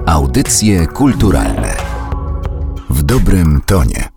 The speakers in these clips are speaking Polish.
Audycje kulturalne w dobrym tonie.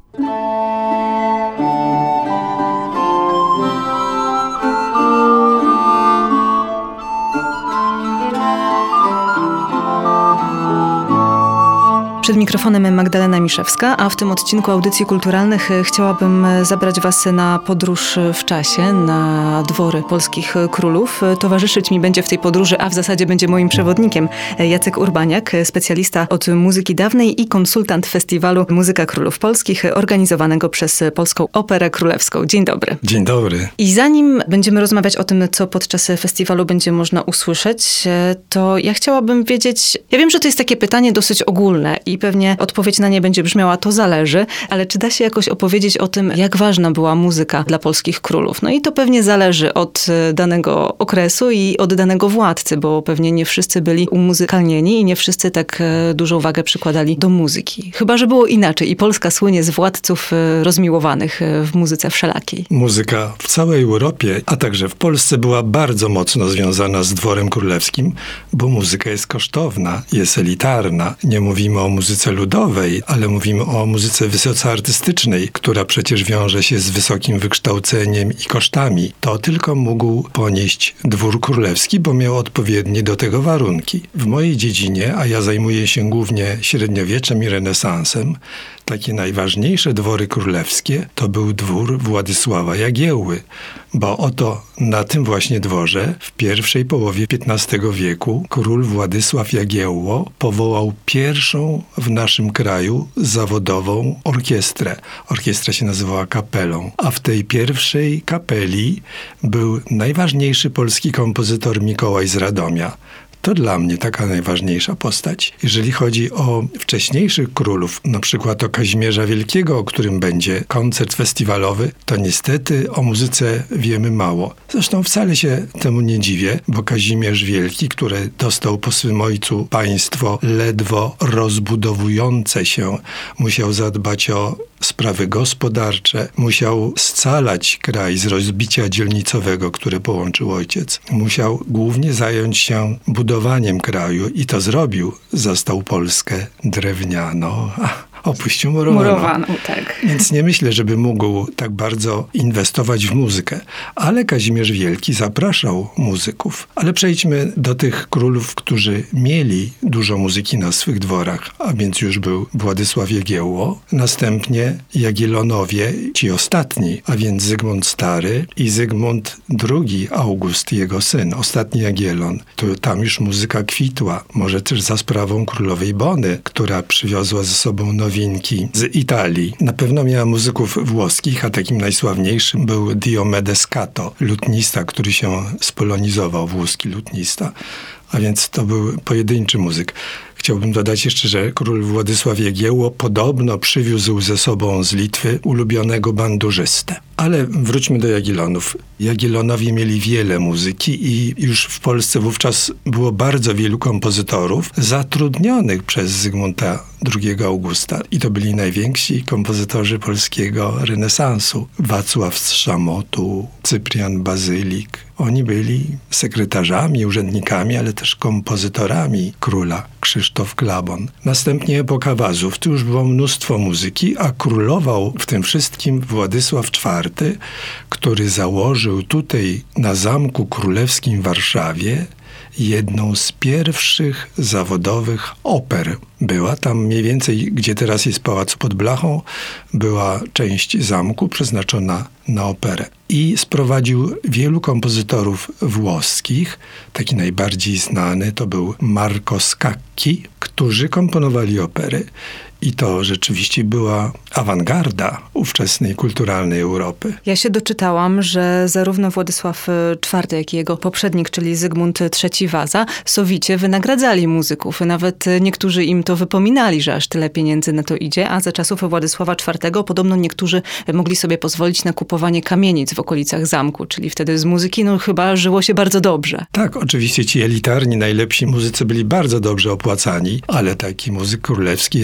Przed mikrofonem Magdalena Miszewska, a w tym odcinku Audycji Kulturalnych chciałabym zabrać Was na podróż w czasie, na dwory polskich królów. Towarzyszyć mi będzie w tej podróży, a w zasadzie będzie moim przewodnikiem, Jacek Urbaniak, specjalista od muzyki dawnej i konsultant festiwalu Muzyka Królów Polskich, organizowanego przez Polską Operę Królewską. Dzień dobry. Dzień dobry. I zanim będziemy rozmawiać o tym, co podczas festiwalu będzie można usłyszeć, to ja chciałabym wiedzieć, ja wiem, że to jest takie pytanie dosyć ogólne i pewnie odpowiedź na nie będzie brzmiała, to zależy, ale czy da się jakoś opowiedzieć o tym, jak ważna była muzyka dla polskich królów? No i to pewnie zależy od danego okresu i od danego władcy, bo pewnie nie wszyscy byli umuzykalnieni i nie wszyscy tak dużą wagę przykładali do muzyki. Chyba że było inaczej i Polska słynie z władców rozmiłowanych w muzyce wszelakiej. Muzyka w całej Europie, a także w Polsce była bardzo mocno związana z dworem królewskim, bo muzyka jest kosztowna, jest elitarna. Nie mówimy o muzyce ludowej, ale mówimy o muzyce wysoce artystycznej, która przecież wiąże się z wysokim wykształceniem i kosztami. To tylko mógł ponieść dwór królewski, bo miał odpowiednie do tego warunki. W mojej dziedzinie, a ja zajmuję się głównie średniowieczem i renesansem, takie najważniejsze dwory królewskie to był dwór Władysława Jagiełły, bo oto na tym właśnie dworze w pierwszej połowie XV wieku król Władysław Jagiełło powołał pierwszą w naszym kraju zawodową orkiestrę. Orkiestra się nazywała kapelą, a w tej pierwszej kapeli był najważniejszy polski kompozytor Mikołaj z Radomia. To dla mnie taka najważniejsza postać. Jeżeli chodzi o wcześniejszych królów, na przykład o Kazimierza Wielkiego, o którym będzie koncert festiwalowy, to niestety o muzyce wiemy mało. Zresztą wcale się temu nie dziwię, bo Kazimierz Wielki, który dostał po swym ojcu państwo ledwo rozbudowujące się, musiał zadbać o sprawy gospodarcze, musiał scalać kraj z rozbicia dzielnicowego, które połączył ojciec. Musiał głównie zająć się budowaniem kraju i to zrobił. Zastał Polskę drewnianą, opuścił murowaną. Tak. Więc nie myślę, żeby mógł tak bardzo inwestować w muzykę. Ale Kazimierz Wielki zapraszał muzyków. Ale przejdźmy do tych królów, którzy mieli dużo muzyki na swych dworach, a więc już był Władysław Jagiełło, następnie Jagiellonowie, ci ostatni, a więc Zygmunt Stary i Zygmunt II August, jego syn, ostatni Jagiellon. Tam już muzyka kwitła, może też za sprawą królowej Bony, która przywiozła ze sobą nowinki z Italii. Na pewno miała muzyków włoskich, a takim najsławniejszym był Diomede Scatto, lutnista, który się spolonizował, włoski lutnista. A więc to był pojedynczy muzyk. Chciałbym dodać jeszcze, że król Władysław Jagiełło podobno przywiózł ze sobą z Litwy ulubionego bandurzystę. Ale wróćmy do Jagiellonów. Jagiellonowie mieli wiele muzyki i już w Polsce wówczas było bardzo wielu kompozytorów zatrudnionych przez Zygmunta II Augusta. I to byli najwięksi kompozytorzy polskiego renesansu. Wacław z Szamotu, Cyprian Bazylik. Oni byli sekretarzami, urzędnikami, ale też kompozytorami króla. Krzysztof Klabon. Następnie epoka Wazów. Tu już było mnóstwo muzyki, a królował w tym wszystkim Władysław IV, który założył tutaj na Zamku Królewskim w Warszawie jedną z pierwszych zawodowych oper. Była tam mniej więcej, gdzie teraz jest Pałac pod Blachą, była część zamku przeznaczona na operę. I sprowadził wielu kompozytorów włoskich. Taki najbardziej znany to był Marco Scacchi, którzy komponowali opery. I to rzeczywiście była awangarda ówczesnej kulturalnej Europy. Ja się doczytałam, że zarówno Władysław IV, jak i jego poprzednik, czyli Zygmunt III Waza, sowicie wynagradzali muzyków. Nawet niektórzy im to wypominali, że aż tyle pieniędzy na to idzie, a za czasów Władysława IV podobno niektórzy mogli sobie pozwolić na kupowanie kamienic w okolicach zamku, czyli wtedy z muzyki chyba żyło się bardzo dobrze. Tak, oczywiście ci elitarni, najlepsi muzycy byli bardzo dobrze opłacani, ale taki muzyk królewski jak Adam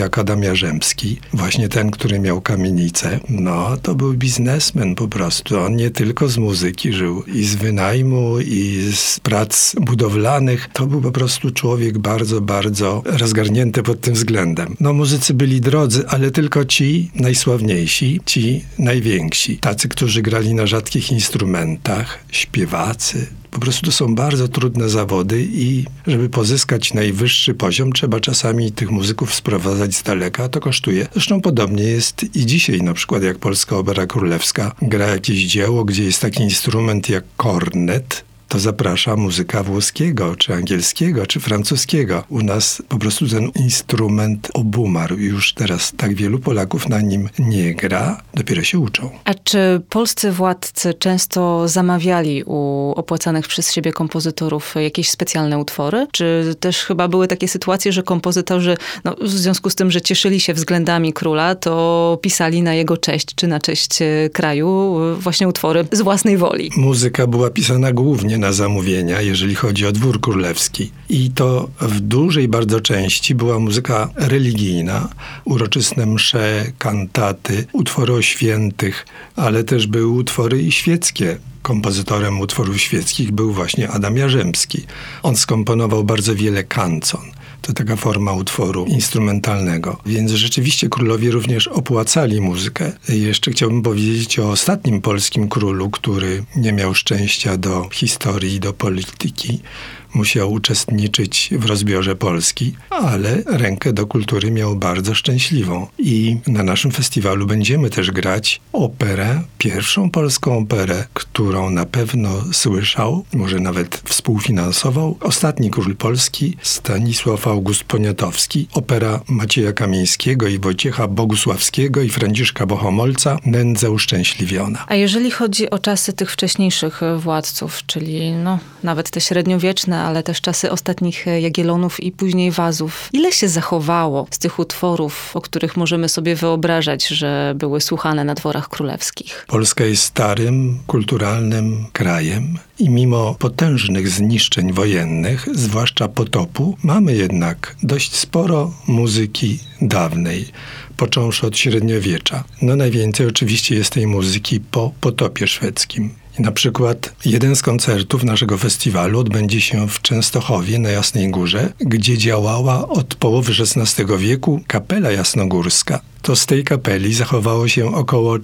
Jarzębski, właśnie ten, który miał kamienicę, no to był biznesmen po prostu. On nie tylko z muzyki żył, i z wynajmu, i z prac budowlanych. To był po prostu człowiek bardzo, bardzo rozgarnięty pod tym względem. No muzycy byli drodzy, ale tylko ci najsławniejsi, ci najwięksi. Tacy, którzy grali na rzadkich instrumentach, śpiewacy. Po prostu to są bardzo trudne zawody i żeby pozyskać najwyższy poziom, trzeba czasami tych muzyków sprowadzać z daleka, a to kosztuje. Zresztą podobnie jest i dzisiaj, na przykład jak Polska Opera Królewska gra jakieś dzieło, gdzie jest taki instrument jak kornet, to zaprasza muzyka włoskiego, czy angielskiego, czy francuskiego. U nas po prostu ten instrument obumarł. Już teraz tak wielu Polaków na nim nie gra, dopiero się uczą. A czy polscy władcy często zamawiali u opłacanych przez siebie kompozytorów jakieś specjalne utwory? Czy też chyba były takie sytuacje, że kompozytorzy, w związku z tym, że cieszyli się względami króla, to pisali na jego cześć, czy na cześć kraju właśnie utwory z własnej woli? Muzyka była pisana głównie na zamówienia, jeżeli chodzi o dwór królewski. I to w dużej bardzo części była muzyka religijna, uroczyste msze, kantaty, utwory o świętych, ale też były utwory i świeckie. Kompozytorem utworów świeckich był właśnie Adam Jarzębski. On skomponował bardzo wiele kancon. To taka forma utworu instrumentalnego. Więc rzeczywiście królowie również opłacali muzykę. I jeszcze chciałbym powiedzieć o ostatnim polskim królu, który nie miał szczęścia do historii, do polityki. Musiał uczestniczyć w rozbiorze Polski, ale rękę do kultury miał bardzo szczęśliwą. I na naszym festiwalu będziemy też grać operę, pierwszą polską operę, którą na pewno słyszał, może nawet współfinansował, ostatni król Polski, Stanisław August Poniatowski. Opera Macieja Kamieńskiego i Wojciecha Bogusławskiego i Franciszka Bohomolca, Nędza uszczęśliwiona. A jeżeli chodzi o czasy tych wcześniejszych władców, czyli nawet te średniowieczne, ale też czasy ostatnich Jagiellonów i później Wazów. Ile się zachowało z tych utworów, o których możemy sobie wyobrażać, że były słuchane na dworach królewskich? Polska jest starym, kulturalnym krajem i mimo potężnych zniszczeń wojennych, zwłaszcza potopu, mamy jednak dość sporo muzyki dawnej, począwszy od średniowiecza. Najwięcej oczywiście jest tej muzyki po potopie szwedzkim. I na przykład jeden z koncertów naszego festiwalu odbędzie się w Częstochowie na Jasnej Górze, gdzie działała od połowy XVI wieku kapela jasnogórska. To z tej kapeli zachowało się około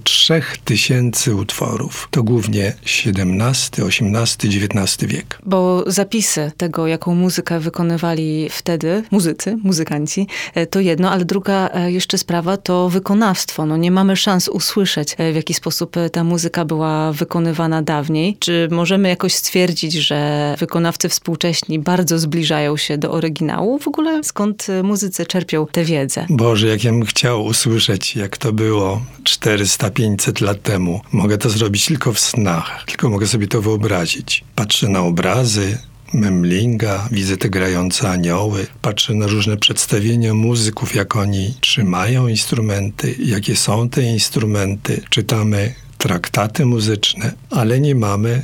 3000 utworów. To głównie XVII, XVIII, XIX wiek. Bo zapisy tego, jaką muzykę wykonywali wtedy muzykanci, to jedno, ale druga jeszcze sprawa to wykonawstwo. Nie mamy szans usłyszeć, w jaki sposób ta muzyka była wykonywana dawniej. Czy możemy jakoś stwierdzić, że wykonawcy współcześni bardzo zbliżają się do oryginału? W ogóle skąd muzycy czerpią tę wiedzę? Boże, jak ja bym chciał usłyszeć, jak to było 400-500 lat temu. Mogę to zrobić tylko w snach, tylko mogę sobie to wyobrazić. Patrzę na obrazy Memlinga, widzę te grające anioły, patrzę na różne przedstawienia muzyków, jak oni trzymają instrumenty, jakie są te instrumenty. Czytamy traktaty muzyczne, ale nie mamy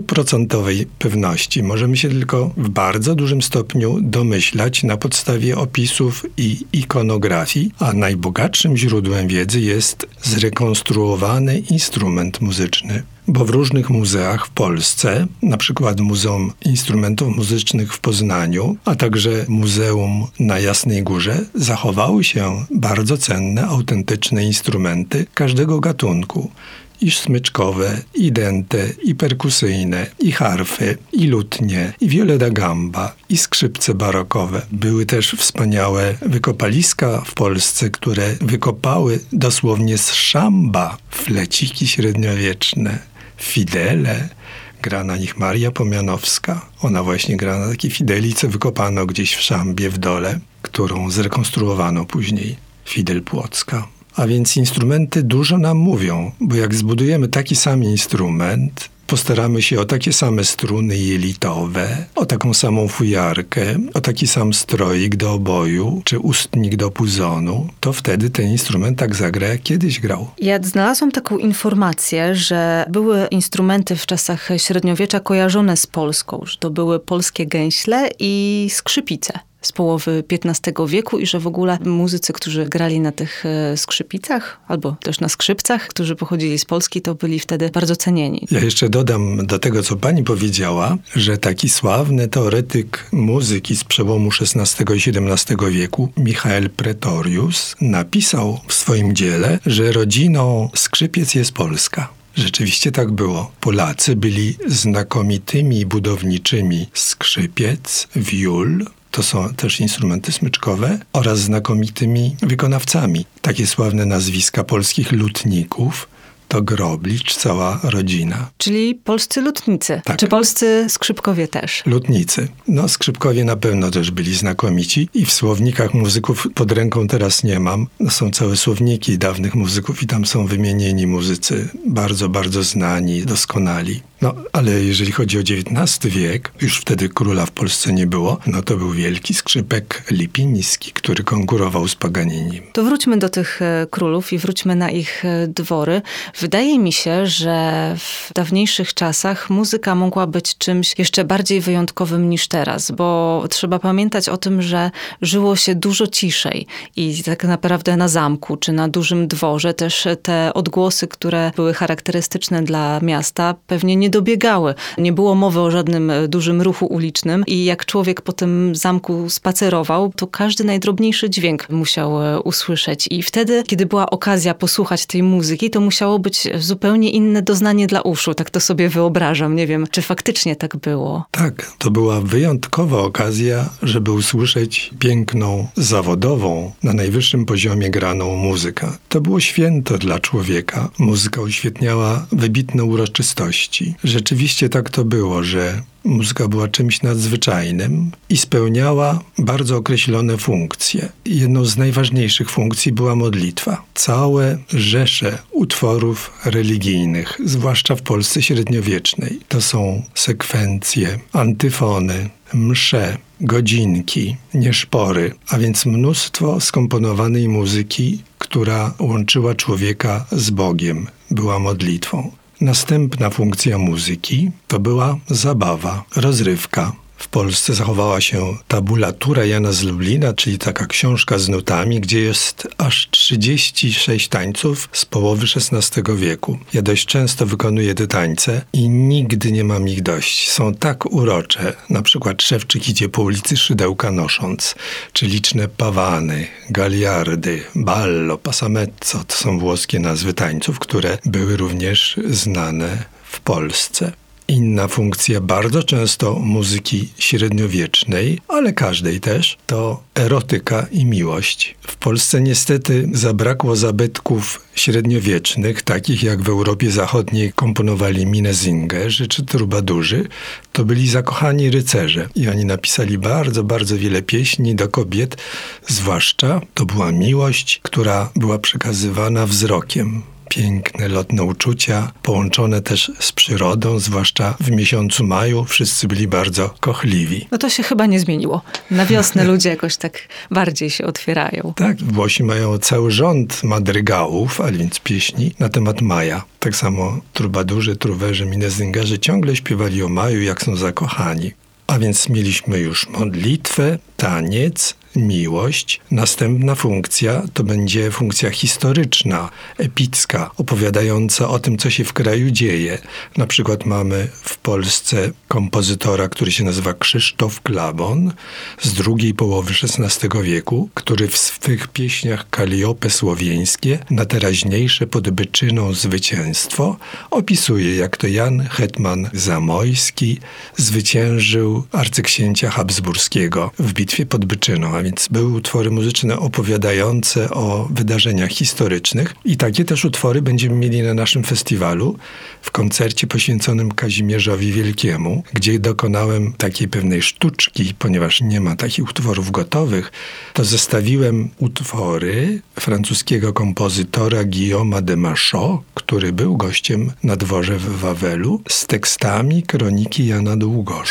100% pewności. Możemy się tylko w bardzo dużym stopniu domyślać na podstawie opisów i ikonografii, a najbogatszym źródłem wiedzy jest zrekonstruowany instrument muzyczny. Bo w różnych muzeach w Polsce, na przykład Muzeum Instrumentów Muzycznych w Poznaniu, a także Muzeum na Jasnej Górze, zachowały się bardzo cenne, autentyczne instrumenty każdego gatunku. I smyczkowe, i dęte, i perkusyjne, i harfy, i lutnie, i viola da gamba, i skrzypce barokowe. Były też wspaniałe wykopaliska w Polsce, które wykopały dosłownie z szamba fleciki średniowieczne, fidele. Gra na nich Maria Pomianowska. Ona właśnie gra na takiej fideli, co wykopano gdzieś w Szambie w dole, którą zrekonstruowano później. Fidel Płocka. A więc instrumenty dużo nam mówią, bo jak zbudujemy taki sam instrument, postaramy się o takie same struny jelitowe, o taką samą fujarkę, o taki sam stroik do oboju, czy ustnik do puzonu, to wtedy ten instrument tak zagra, jak kiedyś grał. Ja znalazłam taką informację, że były instrumenty w czasach średniowiecza kojarzone z Polską, że to były polskie gęśle i skrzypice. z połowy XV wieku i że w ogóle muzycy, którzy grali na tych skrzypicach albo też na skrzypcach, którzy pochodzili z Polski, to byli wtedy bardzo cenieni. Ja jeszcze dodam do tego, co pani powiedziała, że taki sławny teoretyk muzyki z przełomu XVI i XVII wieku, Michael Praetorius, napisał w swoim dziele, że rodziną skrzypiec jest Polska. Rzeczywiście tak było. Polacy byli znakomitymi budowniczymi skrzypiec, wiól, to są też instrumenty smyczkowe, oraz znakomitymi wykonawcami. Takie sławne nazwiska polskich lutników to Groblicz, cała rodzina. Czyli polscy lutnicy. Tak. Czy polscy skrzypkowie też? Lutnicy. No, skrzypkowie na pewno też byli znakomici i w słownikach muzyków pod ręką teraz nie mam. No, są całe słowniki dawnych muzyków i tam są wymienieni muzycy bardzo, bardzo znani, doskonali. No, ale jeżeli chodzi o XIX wiek, już wtedy króla w Polsce nie było, no to był wielki skrzypek Lipiński, który konkurował z Paganinim. To wróćmy do tych królów i wróćmy na ich dwory. Wydaje mi się, że w dawniejszych czasach muzyka mogła być czymś jeszcze bardziej wyjątkowym niż teraz, bo trzeba pamiętać o tym, że żyło się dużo ciszej i tak naprawdę na zamku czy na dużym dworze też te odgłosy, które były charakterystyczne dla miasta, pewnie nie dobiegały. Nie było mowy o żadnym dużym ruchu ulicznym i jak człowiek po tym zamku spacerował, to każdy najdrobniejszy dźwięk musiał usłyszeć. I wtedy, kiedy była okazja posłuchać tej muzyki, to musiało być zupełnie inne doznanie dla uszu. Tak to sobie wyobrażam. Nie wiem, czy faktycznie tak było. Tak, to była wyjątkowa okazja, żeby usłyszeć piękną, zawodową, na najwyższym poziomie graną muzykę. To było święto dla człowieka. Muzyka uświetniała wybitne uroczystości. Rzeczywiście tak to było, że muzyka była czymś nadzwyczajnym i spełniała bardzo określone funkcje. Jedną z najważniejszych funkcji była modlitwa. Całe rzesze utworów religijnych, zwłaszcza w Polsce średniowiecznej, to są sekwencje, antyfony, msze, godzinki, nieszpory, a więc mnóstwo skomponowanej muzyki, która łączyła człowieka z Bogiem, była modlitwą. Następna funkcja muzyki to była zabawa, rozrywka. W Polsce zachowała się tabulatura Jana z Lublina, czyli taka książka z nutami, gdzie jest aż 36 tańców z połowy XVI wieku. Ja dość często wykonuję te tańce i nigdy nie mam ich dość. Są tak urocze. Na przykład Szewczyk idzie po ulicy szydełka nosząc, czy liczne pawany, galiardy, ballo, passamezzo. To są włoskie nazwy tańców, które były również znane w Polsce. Inna funkcja bardzo często muzyki średniowiecznej, ale każdej też, to erotyka i miłość. W Polsce niestety zabrakło zabytków średniowiecznych, takich jak w Europie Zachodniej komponowali Minezingerzy czy trubadurzy. To byli zakochani rycerze i oni napisali bardzo, bardzo wiele pieśni do kobiet, zwłaszcza to była miłość, która była przekazywana wzrokiem. Piękne, lotne uczucia, połączone też z przyrodą, zwłaszcza w miesiącu maju, wszyscy byli bardzo kochliwi. No to się chyba nie zmieniło. Na wiosnę ludzie jakoś tak bardziej się otwierają. Tak, Włosi mają cały rząd madrygałów, a więc pieśni na temat maja. Tak samo trubadurzy, truwerzy, minezingerzy ciągle śpiewali o maju, jak są zakochani. A więc mieliśmy już modlitwę, taniec, miłość. Następna funkcja to będzie funkcja historyczna, epicka, opowiadająca o tym, co się w kraju dzieje. Na przykład mamy w Polsce kompozytora, który się nazywa Krzysztof Klabon z drugiej połowy XVI wieku, który w swych pieśniach Kaliopy słowieńskie na teraźniejsze pod Byczyną zwycięstwo opisuje, jak to Jan Hetman Zamojski zwyciężył arcyksięcia habsburskiego w bitwie pod Byczyną, a więc były utwory muzyczne opowiadające o wydarzeniach historycznych i takie też utwory będziemy mieli na naszym festiwalu w koncercie poświęconym Kazimierzowi Wielkiemu, gdzie dokonałem takiej pewnej sztuczki, ponieważ nie ma takich utworów gotowych, to zestawiłem utwory francuskiego kompozytora Guillauma de Machaut, który był gościem na dworze w Wawelu, z tekstami kroniki Jana Długosza.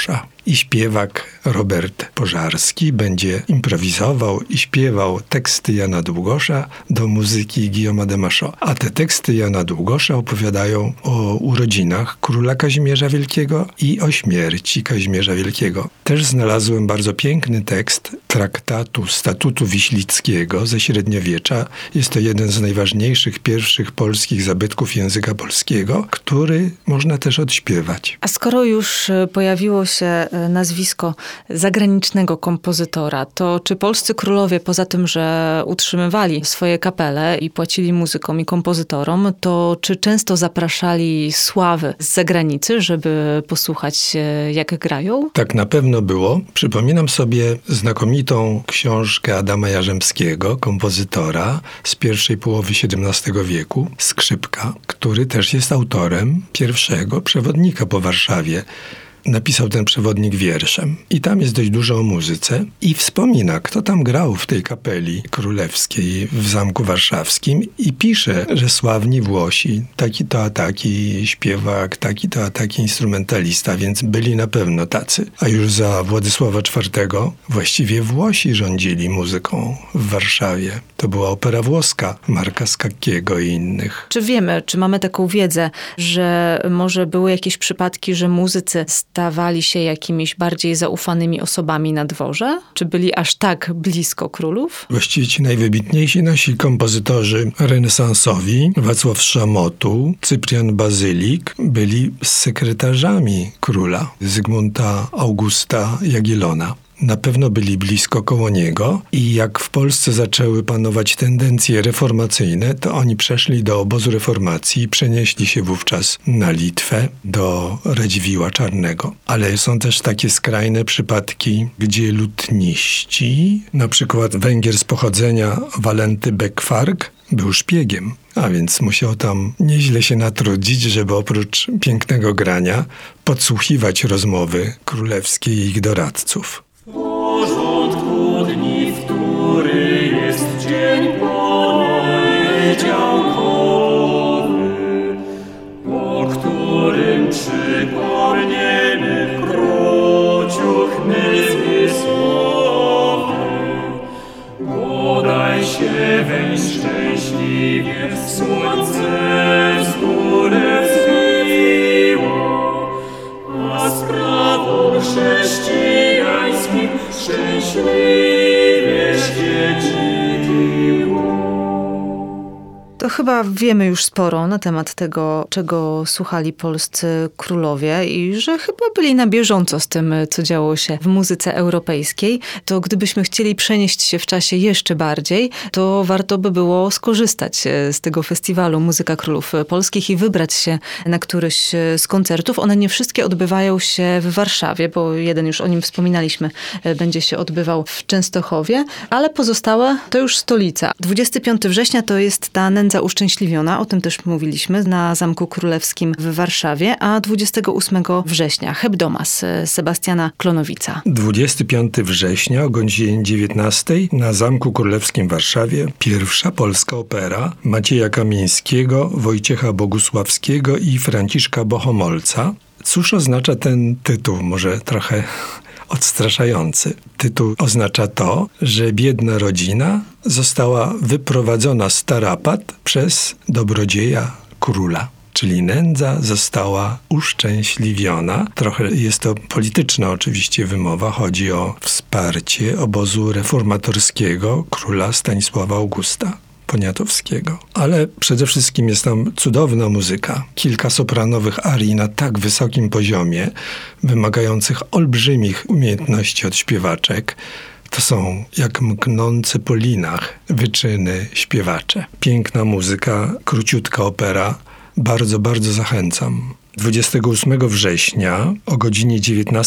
i śpiewak Robert Pożarski będzie improwizował i śpiewał teksty Jana Długosza do muzyki Guillauma de Machaut. A te teksty Jana Długosza opowiadają o urodzinach króla Kazimierza Wielkiego i o śmierci Kazimierza Wielkiego. Też znalazłem bardzo piękny tekst traktatu Statutu Wiślickiego ze średniowiecza. Jest to jeden z najważniejszych pierwszych polskich zabytków języka polskiego, który można też odśpiewać. A skoro już pojawiło się nazwisko zagranicznego kompozytora, to czy polscy królowie, poza tym, że utrzymywali swoje kapele i płacili muzykom i kompozytorom, to czy często zapraszali sławy z zagranicy, żeby posłuchać, jak grają? Tak na pewno było. Przypominam sobie znakomitą książkę Adama Jarzębskiego, kompozytora z pierwszej połowy XVII wieku, Skrzypka, który też jest autorem pierwszego przewodnika po Warszawie. Napisał ten przewodnik wierszem. I tam jest dość dużo o muzyce. I wspomina, kto tam grał w tej kapeli królewskiej w Zamku Warszawskim. I pisze, że sławni Włosi, taki to a taki śpiewak, taki to a taki instrumentalista, więc byli na pewno tacy. A już za Władysława IV właściwie Włosi rządzili muzyką w Warszawie. To była opera włoska Marka Scacchiego i innych. Czy wiemy, czy mamy taką wiedzę, że może były jakieś przypadki, że muzycy stawali się jakimiś bardziej zaufanymi osobami na dworze? Czy byli aż tak blisko królów? Właściwie ci najwybitniejsi nasi kompozytorzy renesansowi, Wacław Szamotuł, Cyprian Bazylik, byli sekretarzami króla Zygmunta Augusta Jagiellona. Na pewno byli blisko koło niego i jak w Polsce zaczęły panować tendencje reformacyjne, to oni przeszli do obozu reformacji i przenieśli się wówczas na Litwę, do Radziwiłła Czarnego. Ale są też takie skrajne przypadki, gdzie lutniści, na przykład Węgier z pochodzenia Walenty Bekwark, był szpiegiem, a więc musiał tam nieźle się natrudzić, żeby oprócz pięknego grania podsłuchiwać rozmowy królewskie i ich doradców. W porządku dni, w który jest dzień poniedziałkowy, o którym przypomniemy króciuch my zmysłowy, bodaj się weń szczęśliwie słońce z góry wzbiło, a sprawą chrześcijańskim szczęśliwie świeciło. To chyba wiemy już sporo na temat tego, czego słuchali polscy królowie i że chyba byli na bieżąco z tym, co działo się w muzyce europejskiej. To gdybyśmy chcieli przenieść się w czasie jeszcze bardziej, to warto by było skorzystać z tego festiwalu Muzyka Królów Polskich i wybrać się na któryś z koncertów. One nie wszystkie odbywają się w Warszawie, bo jeden już o nim wspominaliśmy, będzie się odbywał w Częstochowie, ale pozostałe to już stolica. 25 września to jest ta Nędza Uszczęśliwiona, o tym też mówiliśmy, na Zamku Królewskim w Warszawie, a 28 września Hebdomas Sebastiana Klonowica. 25 września o godzinie 19 na Zamku Królewskim w Warszawie pierwsza polska opera Macieja Kamińskiego, Wojciecha Bogusławskiego i Franciszka Bohomolca. Cóż oznacza ten tytuł? Może trochę odstraszający. Tytuł oznacza to, że biedna rodzina została wyprowadzona z tarapat przez dobrodzieja króla. Czyli nędza została uszczęśliwiona. Trochę jest to polityczna oczywiście wymowa. Chodzi o wsparcie obozu reformatorskiego króla Stanisława Augusta Poniatowskiego. Ale przede wszystkim jest tam cudowna muzyka. Kilka sopranowych arii na tak wysokim poziomie, wymagających olbrzymich umiejętności od śpiewaczek. To są jak mknące po linach wyczyny śpiewacze. Piękna muzyka, króciutka opera. Bardzo, bardzo zachęcam. 28 września o godzinie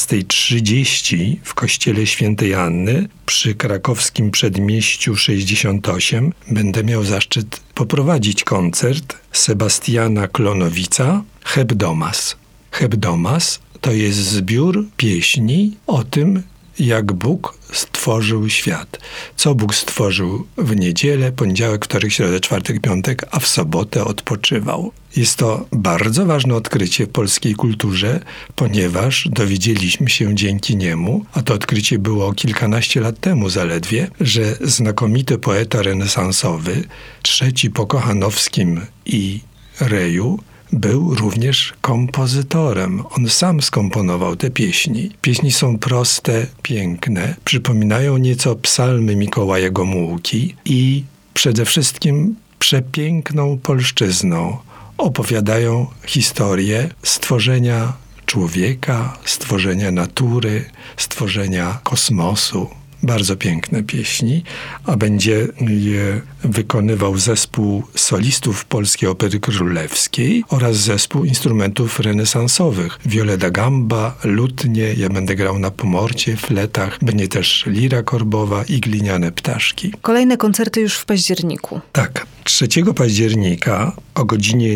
19:30 w kościele Świętej Anny przy krakowskim Przedmieściu 68 będę miał zaszczyt poprowadzić koncert Sebastiana Klonowica Hebdomas. Hebdomas to jest zbiór pieśni o tym, jak Bóg stworzył świat. Co Bóg stworzył w niedzielę, poniedziałek, wtorek, środę, czwartek, piątek, a w sobotę odpoczywał. Jest to bardzo ważne odkrycie w polskiej kulturze, ponieważ dowiedzieliśmy się dzięki niemu, a to odkrycie było kilkanaście lat temu zaledwie, że znakomity poeta renesansowy, trzeci po Kochanowskim i Reju, był również kompozytorem. On sam skomponował te pieśni. Pieśni są proste, piękne, przypominają nieco psalmy Mikołaja Gomułki i przede wszystkim przepiękną polszczyzną opowiadają historię stworzenia człowieka, stworzenia natury, stworzenia kosmosu. Bardzo piękne pieśni, a będzie je wykonywał zespół solistów Polskiej Opery Królewskiej oraz zespół instrumentów renesansowych. Viola da Gamba, lutnie, ja będę grał na pomorcie, fletach, będzie też lira korbowa i gliniane ptaszki. Kolejne koncerty już w październiku. Tak. 3 października o godzinie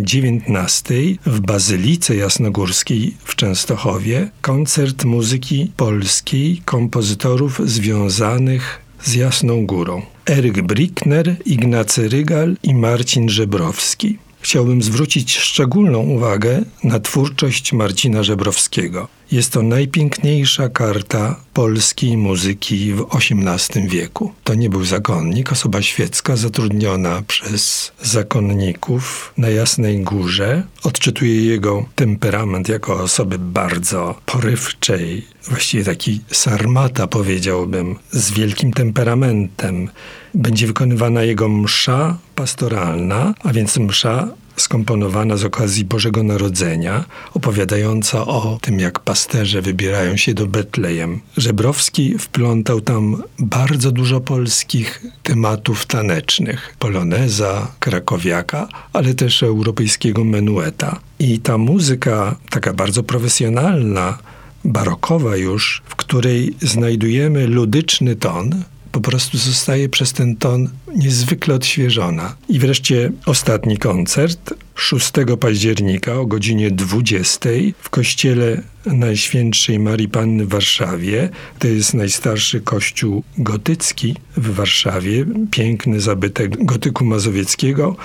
19 w Bazylice Jasnogórskiej w Częstochowie koncert muzyki polskiej kompozytorów związanych z Jasną Górą. Eryk Brickner, Ignacy Rygal i Marcin Żebrowski. Chciałbym zwrócić szczególną uwagę na twórczość Marcina Żebrowskiego. Jest to najpiękniejsza karta polskiej muzyki w XVIII wieku. To nie był zakonnik, osoba świecka zatrudniona przez zakonników na Jasnej Górze. Odczytuje jego temperament jako osoby bardzo porywczej, właściwie taki sarmata, powiedziałbym, z wielkim temperamentem. Będzie wykonywana jego msza pastoralna, a więc msza skomponowana z okazji Bożego Narodzenia, opowiadająca o tym, jak pasterze wybierają się do Betlejem. Żebrowski wplątał tam bardzo dużo polskich tematów tanecznych. Poloneza, krakowiaka, ale też europejskiego menueta. I ta muzyka, taka bardzo profesjonalna, barokowa już, w której znajdujemy ludyczny ton, po prostu zostaje przez ten ton niezwykle odświeżona. I wreszcie ostatni koncert 6 października o godzinie 20 w kościele Najświętszej Marii Panny w Warszawie. To jest najstarszy kościół gotycki w Warszawie, piękny zabytek gotyku mazowieckiego,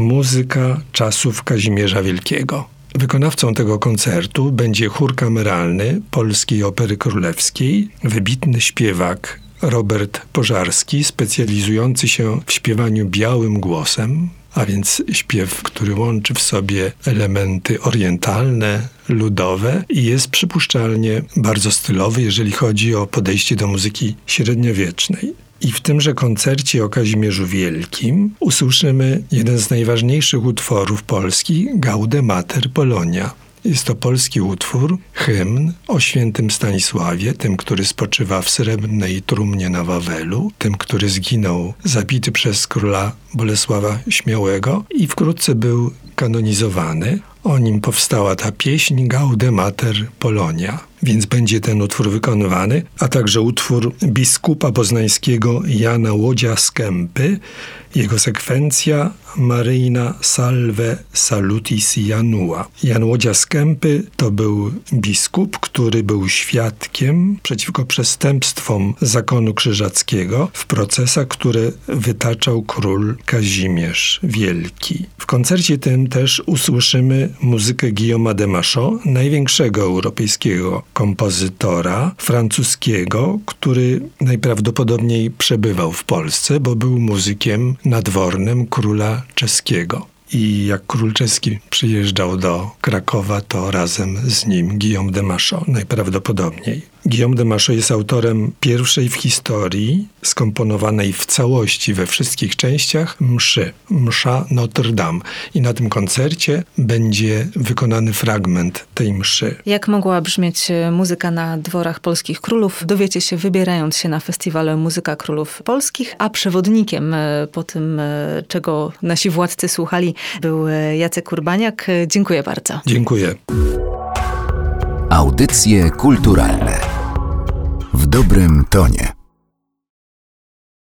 muzyka czasów Kazimierza Wielkiego. Wykonawcą tego koncertu będzie chór kameralny Polskiej Opery Królewskiej, wybitny śpiewak Robert Pożarski, specjalizujący się w śpiewaniu białym głosem, a więc śpiew, który łączy w sobie elementy orientalne, ludowe i jest przypuszczalnie bardzo stylowy, jeżeli chodzi o podejście do muzyki średniowiecznej. I w tymże koncercie o Kazimierzu Wielkim usłyszymy jeden z najważniejszych utworów polskich, Gaude Mater Polonia. Jest to polski utwór, hymn o świętym Stanisławie, tym, który spoczywa w srebrnej trumnie na Wawelu, tym, który zginął zabity przez króla Bolesława Śmiałego i wkrótce był kanonizowany. O nim powstała ta pieśń Gaude Mater Polonia. Więc będzie ten utwór wykonywany, a także utwór biskupa poznańskiego Jana Łodzia z Kępy, jego sekwencja Maryjna Salve Salutis Janua. Jan Łodzia z Kępy to był biskup, który był świadkiem przeciwko przestępstwom zakonu krzyżackiego w procesach, które wytaczał król Kazimierz Wielki. W koncercie tym też usłyszymy muzykę Guillauma de Machaut, największego europejskiego kompozytora francuskiego, który najprawdopodobniej przebywał w Polsce, bo był muzykiem nadwornym króla czeskiego. I jak król czeski przyjeżdżał do Krakowa, to razem z nim Guillaume de Machaut najprawdopodobniej. Guillaume de Machaut jest autorem pierwszej w historii skomponowanej w całości, we wszystkich częściach, mszy. Msza Notre Dame. I na tym koncercie będzie wykonany fragment tej mszy. Jak mogła brzmieć muzyka na dworach polskich królów, dowiecie się wybierając się na festiwal Muzyka Królów Polskich, a przewodnikiem po tym, czego nasi władcy słuchali, był Jacek Urbaniak. Dziękuję bardzo. Dziękuję. Audycje kulturalne w dobrym tonie.